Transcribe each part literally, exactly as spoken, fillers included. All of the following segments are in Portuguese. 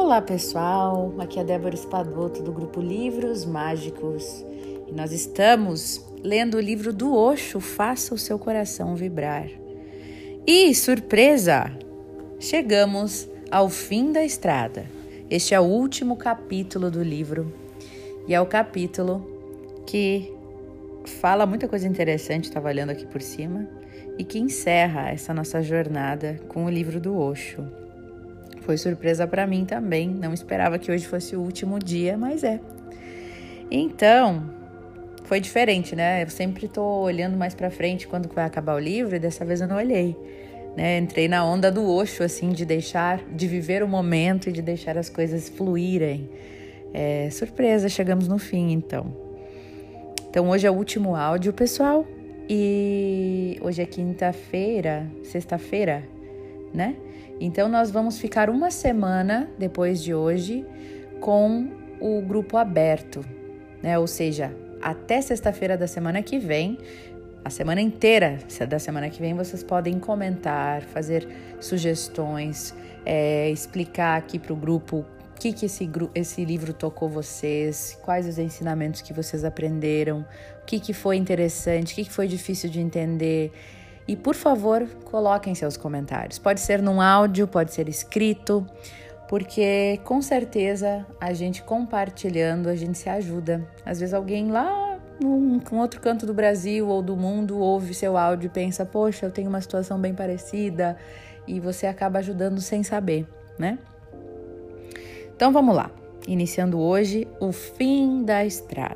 Olá pessoal, aqui é a Débora Espadoto do grupo Livros Mágicos e nós estamos lendo o livro do Osho, Faça o Seu Coração Vibrar. E, surpresa, chegamos ao fim da estrada. Este é o último capítulo do livro e é o capítulo que fala muita coisa interessante, estava lendo aqui por cima, e que encerra essa nossa jornada com o livro do Osho. Foi surpresa para mim também, não esperava que hoje fosse o último dia, mas é. Então, foi diferente, né? Eu sempre estou olhando mais para frente quando vai acabar o livro e dessa vez eu não olhei, né? Entrei na onda do Osho, assim, de deixar, de viver o momento e de deixar as coisas fluírem. É, surpresa, chegamos no fim, então. Então, hoje é o último áudio, pessoal, e hoje é quinta-feira, sexta-feira, né? Então, nós vamos ficar uma semana depois de hoje com o grupo aberto, né? Ou seja, até sexta-feira da semana que vem, a semana inteira da semana que vem, vocês podem comentar, fazer sugestões, é, explicar aqui para o grupo o que, que esse, esse livro tocou vocês, quais os ensinamentos que vocês aprenderam, o que, que foi interessante, o que, que foi difícil de entender. E, por favor, coloquem seus comentários. Pode ser num áudio, pode ser escrito, porque, com certeza, a gente compartilhando, a gente se ajuda. Às vezes alguém lá num, num outro canto do Brasil ou do mundo ouve seu áudio e pensa, poxa, eu tenho uma situação bem parecida, e você acaba ajudando sem saber, né? Então, vamos lá. Iniciando hoje o fim da estrada.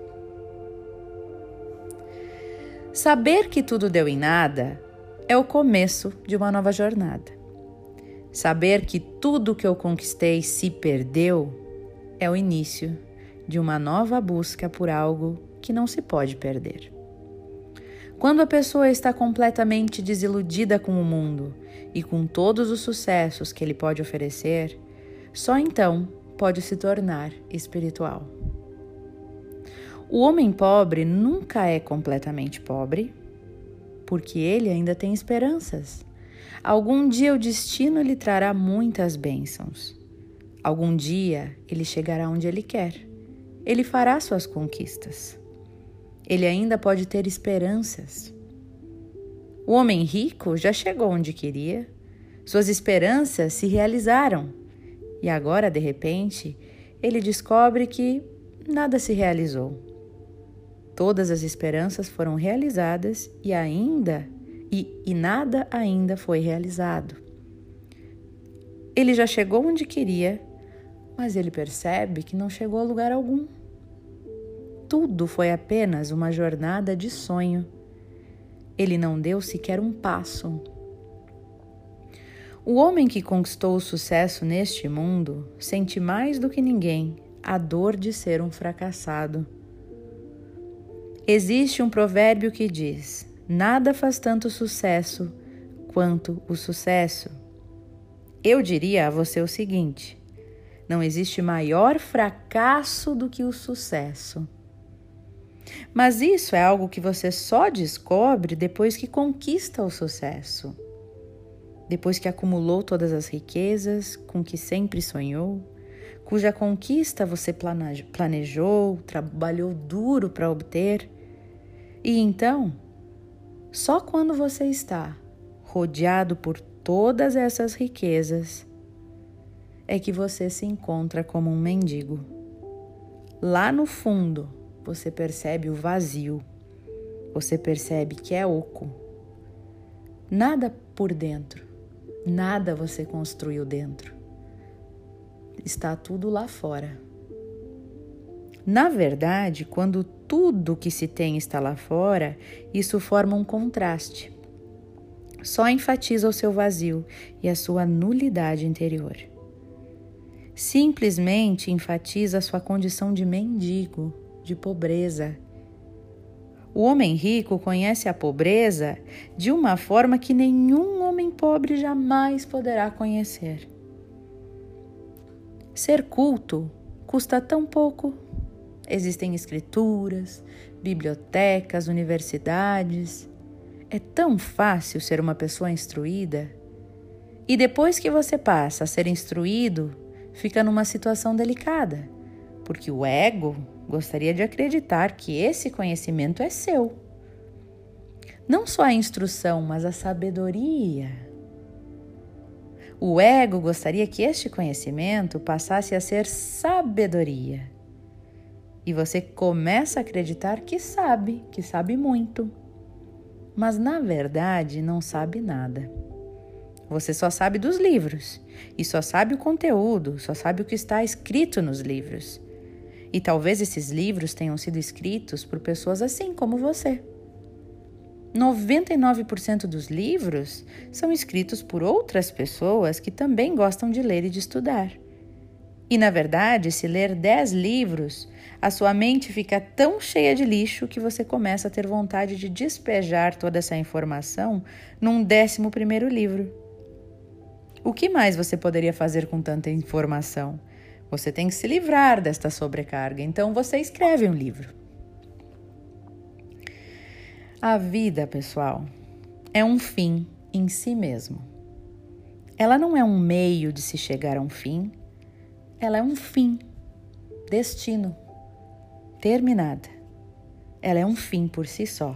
Saber que tudo deu em nada é o começo de uma nova jornada. Saber que tudo que eu conquistei se perdeu é o início de uma nova busca por algo que não se pode perder. Quando a pessoa está completamente desiludida com o mundo e com todos os sucessos que ele pode oferecer, só então pode se tornar espiritual. O homem pobre nunca é completamente pobre, porque ele ainda tem esperanças. Algum dia o destino lhe trará muitas bênçãos. Algum dia ele chegará onde ele quer. Ele fará suas conquistas. Ele ainda pode ter esperanças. O homem rico já chegou onde queria. Suas esperanças se realizaram. E agora, de repente, ele descobre que nada se realizou. Todas as esperanças foram realizadas e ainda e, e nada ainda foi realizado. Ele já chegou onde queria, mas ele percebe que não chegou a lugar algum. Tudo foi apenas uma jornada de sonho. Ele não deu sequer um passo. O homem que conquistou o sucesso neste mundo sente mais do que ninguém a dor de ser um fracassado. Existe um provérbio que diz: nada faz tanto sucesso quanto o sucesso. Eu diria a você o seguinte: não existe maior fracasso do que o sucesso. Mas isso é algo que você só descobre depois que conquista o sucesso. Depois que acumulou todas as riquezas com que sempre sonhou, cuja conquista você planejou, trabalhou duro para obter. E então, só quando você está rodeado por todas essas riquezas, é que você se encontra como um mendigo. Lá no fundo, você percebe o vazio, você percebe que é oco. Nada por dentro, nada você construiu dentro. Está tudo lá fora. Na verdade, quando tudo que se tem está lá fora, isso forma um contraste. Só enfatiza o seu vazio e a sua nulidade interior. Simplesmente enfatiza a sua condição de mendigo, de pobreza. O homem rico conhece a pobreza de uma forma que nenhum homem pobre jamais poderá conhecer. Ser culto custa tão pouco. Existem escrituras, bibliotecas, universidades. É tão fácil ser uma pessoa instruída. E depois que você passa a ser instruído, fica numa situação delicada, porque o ego gostaria de acreditar que esse conhecimento é seu. Não só a instrução, mas a sabedoria. O ego gostaria que este conhecimento passasse a ser sabedoria. E você começa a acreditar que sabe, que sabe muito. Mas na verdade não sabe nada. Você só sabe dos livros, e só sabe o conteúdo, só sabe o que está escrito nos livros. E talvez esses livros tenham sido escritos por pessoas assim como você. noventa e nove por cento dos livros são escritos por outras pessoas que também gostam de ler e de estudar. E, na verdade, se ler dez livros, a sua mente fica tão cheia de lixo que você começa a ter vontade de despejar toda essa informação num décimo primeiro livro. O que mais você poderia fazer com tanta informação? Você tem que se livrar desta sobrecarga, então você escreve um livro. A vida, pessoal, é um fim em si mesmo. Ela não é um meio de se chegar a um fim, ela é um fim, destino, terminada. Ela é um fim por si só.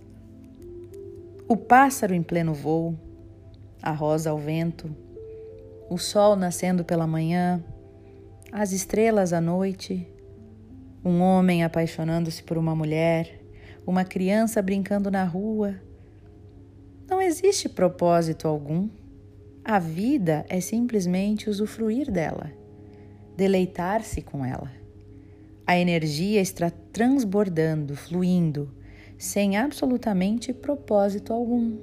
O pássaro em pleno voo, a rosa ao vento, o sol nascendo pela manhã, as estrelas à noite, um homem apaixonando-se por uma mulher, uma criança brincando na rua. Não existe propósito algum. A vida é simplesmente usufruir dela, deleitar-se com ela. A energia está transbordando, fluindo, sem absolutamente propósito algum.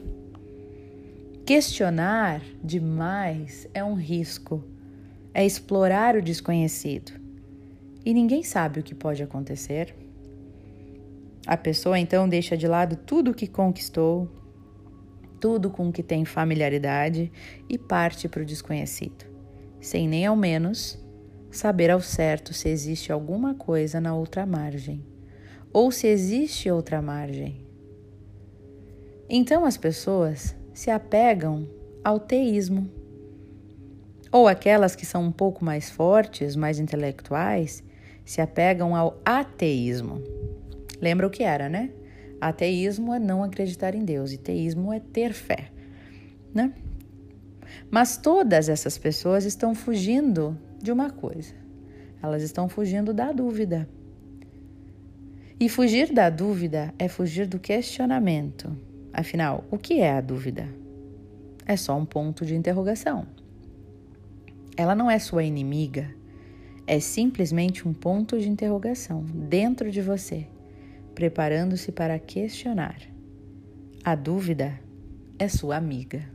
Questionar demais é um risco, é explorar o desconhecido. E ninguém sabe o que pode acontecer. A pessoa então deixa de lado tudo o que conquistou, tudo com o que tem familiaridade e parte para o desconhecido, sem nem ao menos saber ao certo se existe alguma coisa na outra margem, ou se existe outra margem. Então as pessoas se apegam ao teísmo, ou aquelas que são um pouco mais fortes, mais intelectuais, se apegam ao ateísmo. Lembra o que era, né? Ateísmo é não acreditar em Deus e teísmo é ter fé, né? Mas todas essas pessoas estão fugindo de uma coisa. Elas estão fugindo da dúvida. E fugir da dúvida é fugir do questionamento. Afinal, o que é a dúvida? É só um ponto de interrogação. Ela não é sua inimiga, é simplesmente um ponto de interrogação dentro de você, preparando-se para questionar. A dúvida é sua amiga.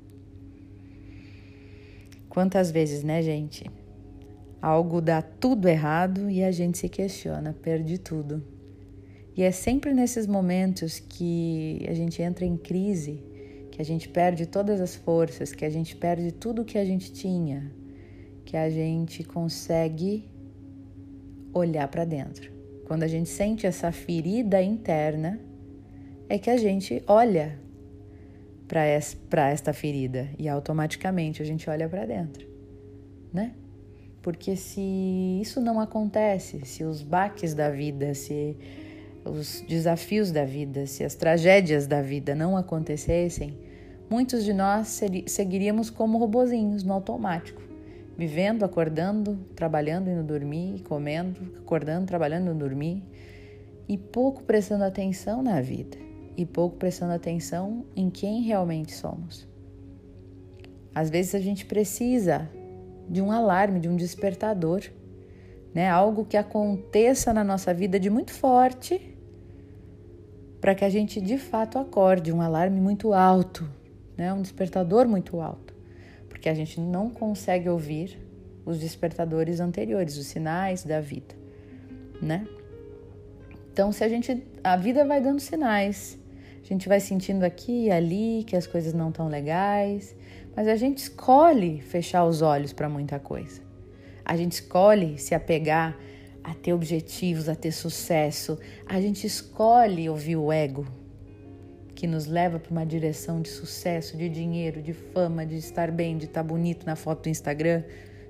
Quantas vezes, né, gente? Algo dá tudo errado e a gente se questiona, perde tudo. E é sempre nesses momentos que a gente entra em crise, que a gente perde todas as forças, que a gente perde tudo o que a gente tinha, que a gente consegue olhar para dentro. Quando a gente sente essa ferida interna, é que a gente olha para esta ferida e automaticamente a gente olha para dentro, né? Porque se isso não acontece, se os baques da vida, se os desafios da vida, se as tragédias da vida não acontecessem, muitos de nós seguiríamos como robozinhos no automático, vivendo, acordando, trabalhando, indo dormir, comendo, acordando, trabalhando, indo dormir, e pouco prestando atenção na vida, e pouco prestando atenção em quem realmente somos. Às vezes a gente precisa de um alarme, de um despertador, né? Algo que aconteça na nossa vida de muito forte, para que a gente de fato acorde, um alarme muito alto, né? Um despertador muito alto. Porque a gente não consegue ouvir os despertadores anteriores, os sinais da vida, né? Então, se a gente, a vida vai dando sinais, a gente vai sentindo aqui e ali que as coisas não estão legais, mas a gente escolhe fechar os olhos para muita coisa. A gente escolhe se apegar a ter objetivos, a ter sucesso. A gente escolhe ouvir o ego, que nos leva para uma direção de sucesso, de dinheiro, de fama, de estar bem, de estar bonito na foto do Instagram,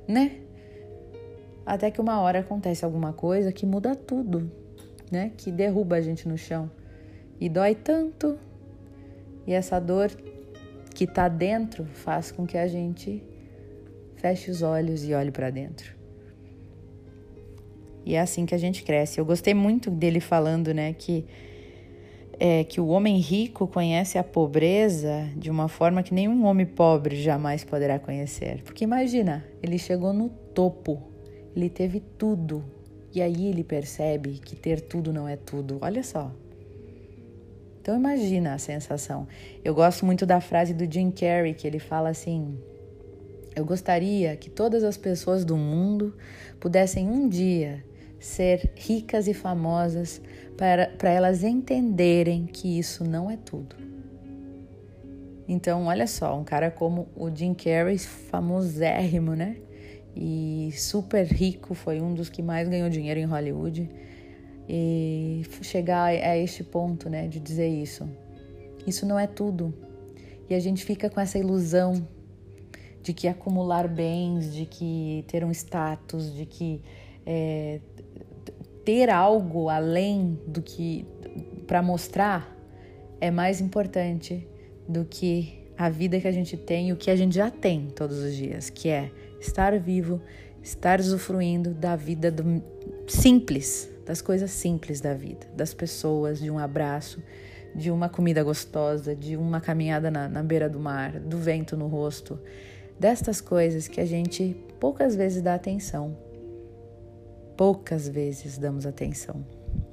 né? Até que uma hora acontece alguma coisa que muda tudo, né? Que derruba a gente no chão. E dói tanto. E essa dor que tá dentro faz com que a gente feche os olhos e olhe para dentro. E é assim que a gente cresce. Eu gostei muito dele falando, né? Que, é, que o homem rico conhece a pobreza de uma forma que nenhum homem pobre jamais poderá conhecer. Porque imagina, ele chegou no topo. Ele teve tudo, e aí ele percebe que ter tudo não é tudo. Olha só. Então imagina a sensação. Eu gosto muito da frase do Jim Carrey, que ele fala assim: eu gostaria que todas as pessoas do mundo pudessem um dia ser ricas e famosas para, para elas entenderem que isso não é tudo. Então, olha só, um cara como o Jim Carrey, famosérrimo, né? E super rico, foi um dos que mais ganhou dinheiro em Hollywood, e chegar a este ponto, né, de dizer isso isso não é tudo, e a gente fica com essa ilusão de que acumular bens, de que ter um status, de que é, ter algo além do que para mostrar é mais importante do que a vida que a gente tem e o que a gente já tem todos os dias, que é estar vivo, estar usufruindo da vida do simples, das coisas simples da vida, das pessoas, de um abraço, de uma comida gostosa, de uma caminhada na, na beira do mar, do vento no rosto, destas coisas que a gente poucas vezes dá atenção. Poucas vezes damos atenção.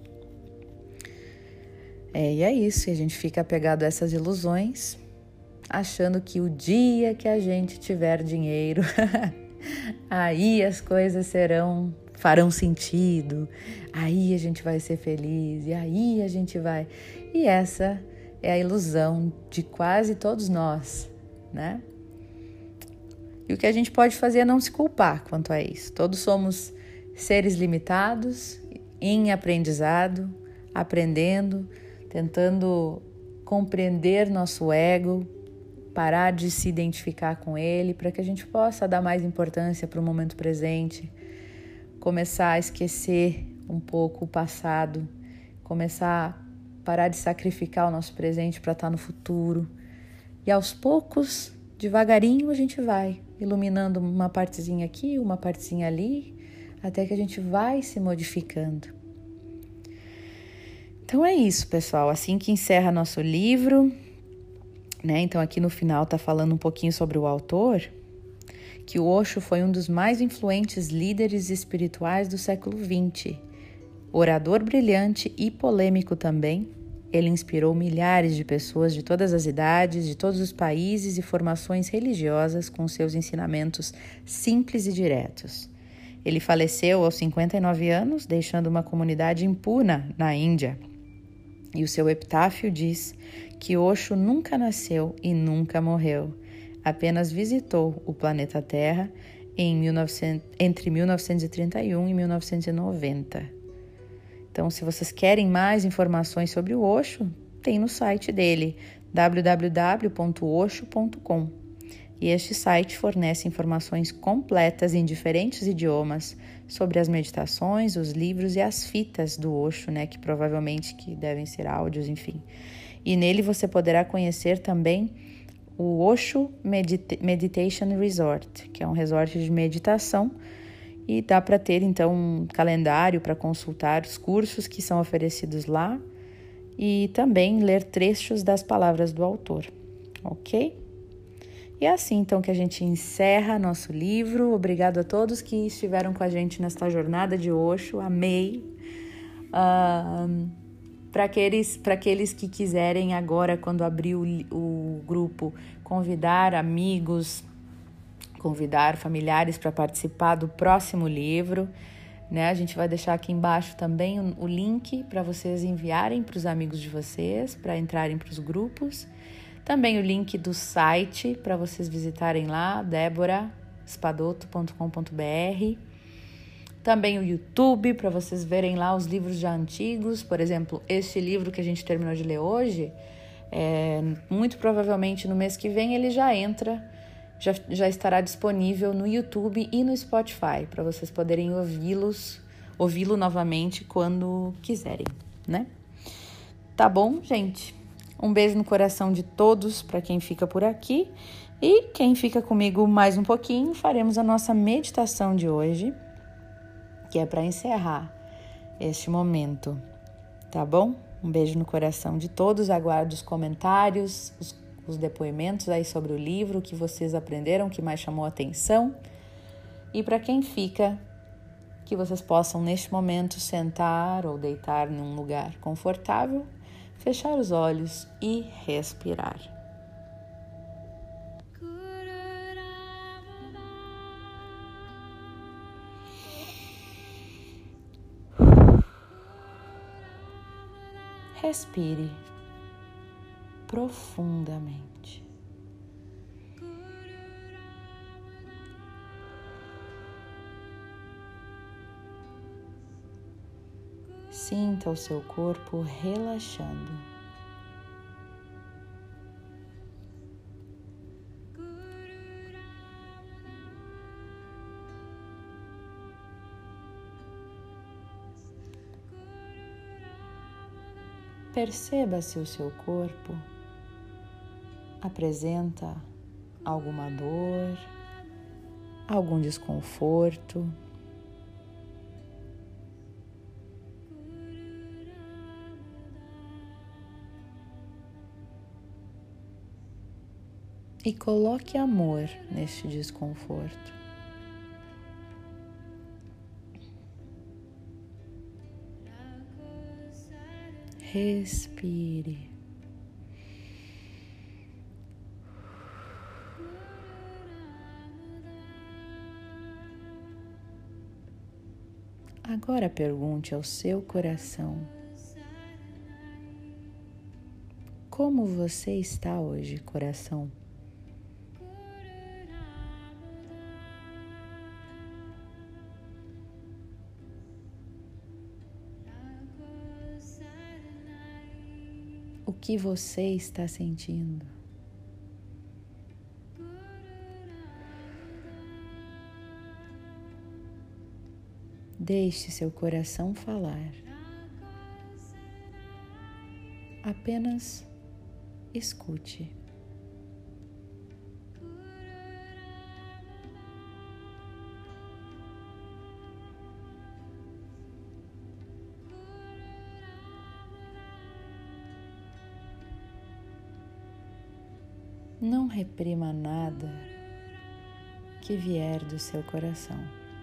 É, e é isso, e a gente fica apegado a essas ilusões, achando que o dia que a gente tiver dinheiro, aí as coisas serão, farão sentido, aí a gente vai ser feliz, e aí a gente vai... E essa é a ilusão de quase todos nós, né? E o que a gente pode fazer é não se culpar quanto a isso. Todos somos seres limitados, em aprendizado, aprendendo, tentando compreender nosso ego, parar de se identificar com ele, para que a gente possa dar mais importância para o momento presente, começar a esquecer um pouco o passado, começar a parar de sacrificar o nosso presente para estar no futuro. E aos poucos, devagarinho, a gente vai iluminando uma partezinha aqui, uma partezinha ali, até que a gente vai se modificando. Então é isso, pessoal. Assim que encerra nosso livro, né? Então aqui no final está falando um pouquinho sobre o autor, que o Osho foi um dos mais influentes líderes espirituais do século vinte. Orador brilhante e polêmico também, ele inspirou milhares de pessoas de todas as idades, de todos os países e formações religiosas com seus ensinamentos simples e diretos. Ele faleceu aos cinquenta e nove anos, deixando uma comunidade em Pune, na Índia. E o seu epitáfio diz que Osho nunca nasceu e nunca morreu, apenas visitou o planeta Terra em mil e novecentos, entre mil novecentos e trinta e um e mil novecentos e noventa. Então, se vocês querem mais informações sobre o Osho, tem no site dele, w w w ponto osho ponto com. E este site fornece informações completas em diferentes idiomas sobre as meditações, os livros e as fitas do Osho, né, que provavelmente que devem ser áudios, enfim. E nele você poderá conhecer também o Osho Medita- Meditation Resort, que é um resort de meditação, e dá para ter então um calendário para consultar os cursos que são oferecidos lá e também ler trechos das palavras do autor, ok? E é assim então que a gente encerra nosso livro. Obrigado a todos que estiveram com a gente nesta jornada de Osho, amei. Uh, para aqueles, para aqueles que quiserem agora, quando abrir o, o grupo, convidar amigos, convidar familiares para participar do próximo livro, né? A gente vai deixar aqui embaixo também o, o link para vocês enviarem para os amigos de vocês, para entrarem para os grupos. Também o link do site para vocês visitarem lá, débora espadoto ponto com ponto b r. Também o YouTube para vocês verem lá os livros já antigos. Por exemplo, este livro que a gente terminou de ler hoje, é, muito provavelmente no mês que vem ele já entra já, já estará disponível no YouTube e no Spotify, para vocês poderem ouvi-los, ouvi-lo novamente quando quiserem, né? Tá bom, gente? Um beijo no coração de todos para quem fica por aqui. E quem fica comigo mais um pouquinho, faremos a nossa meditação de hoje, que é para encerrar este momento, tá bom? Um beijo no coração de todos, aguardo os comentários, os, os depoimentos aí sobre o livro, o que vocês aprenderam, o que mais chamou a atenção. E para quem fica, que vocês possam neste momento sentar ou deitar num lugar confortável, fechar os olhos e respirar. Respire profundamente. Sinta o seu corpo relaxando. Perceba se o seu corpo apresenta alguma dor, algum desconforto. E coloque amor neste desconforto. Respire. Agora pergunte ao seu coração: como você está hoje, coração? O que você está sentindo? Deixe seu coração falar. Apenas escute. Não reprima nada que vier do seu coração.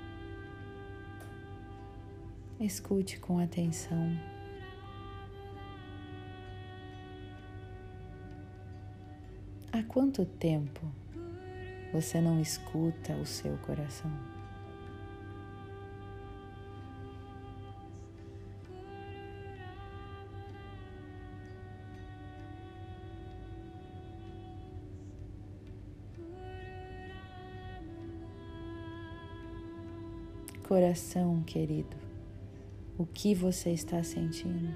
Escute com atenção. Há quanto tempo você não escuta o seu coração? Coração querido, o que você está sentindo?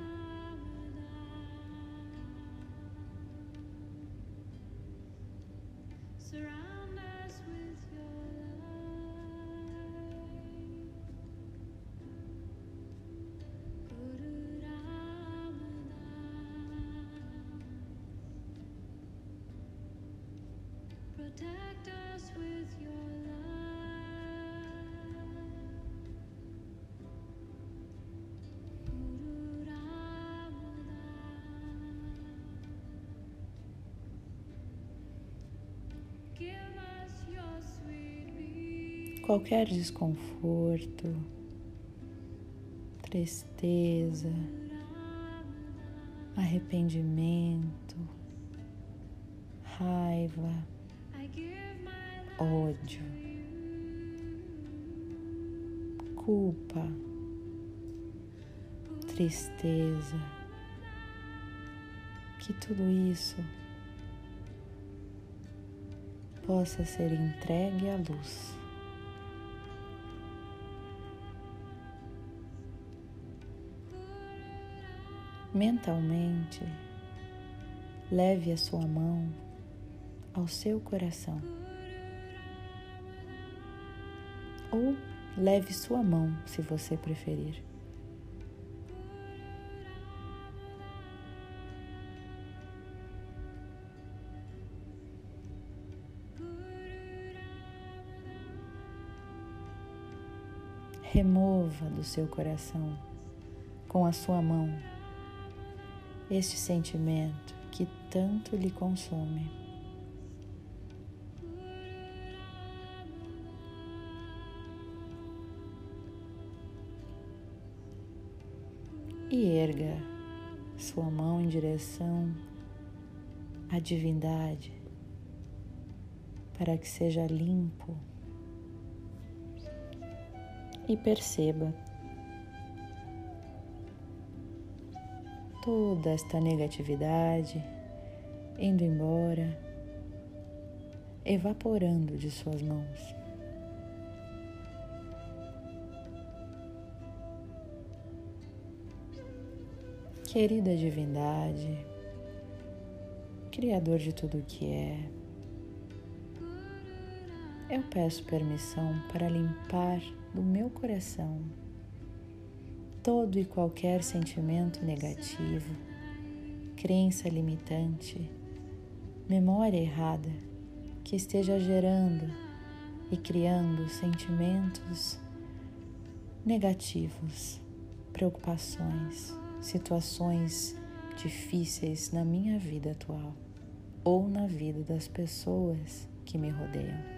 Qualquer desconforto, tristeza, arrependimento, raiva, ódio, culpa, tristeza, que tudo isso possa ser entregue à luz. Mentalmente, leve a sua mão ao seu coração ou leve sua mão, se você preferir. Remova do seu coração, com a sua mão, este sentimento que tanto lhe consome. E erga sua mão em direção à divindade, para que seja limpo. E perceba toda esta negatividade indo embora, evaporando de suas mãos. Querida divindade, Criador de tudo o que é, eu peço permissão para limpar do meu coração todo e qualquer sentimento negativo, crença limitante, memória errada que esteja gerando e criando sentimentos negativos, preocupações, situações difíceis na minha vida atual ou na vida das pessoas que me rodeiam.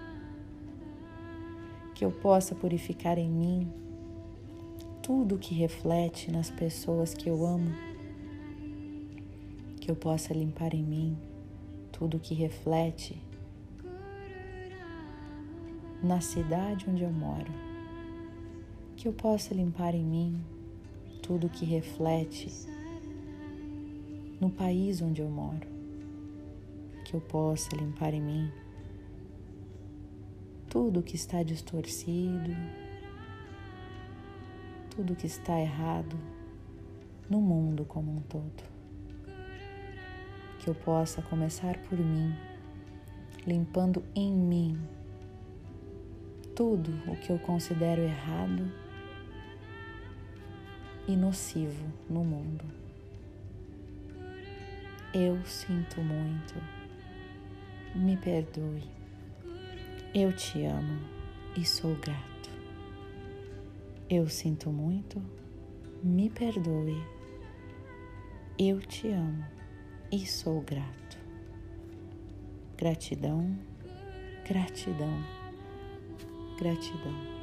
Que eu possa purificar em mim tudo que reflete nas pessoas que eu amo, que eu possa limpar em mim tudo que reflete na cidade onde eu moro, que eu possa limpar em mim tudo que reflete no país onde eu moro, que eu possa limpar em mim tudo que está distorcido, tudo que está errado no mundo como um todo. Que eu possa começar por mim, limpando em mim tudo o que eu considero errado e nocivo no mundo. Eu sinto muito, me perdoe. Eu te amo e sou grato. Eu sinto muito, me perdoe. Eu te amo e sou grato. Gratidão, gratidão, gratidão.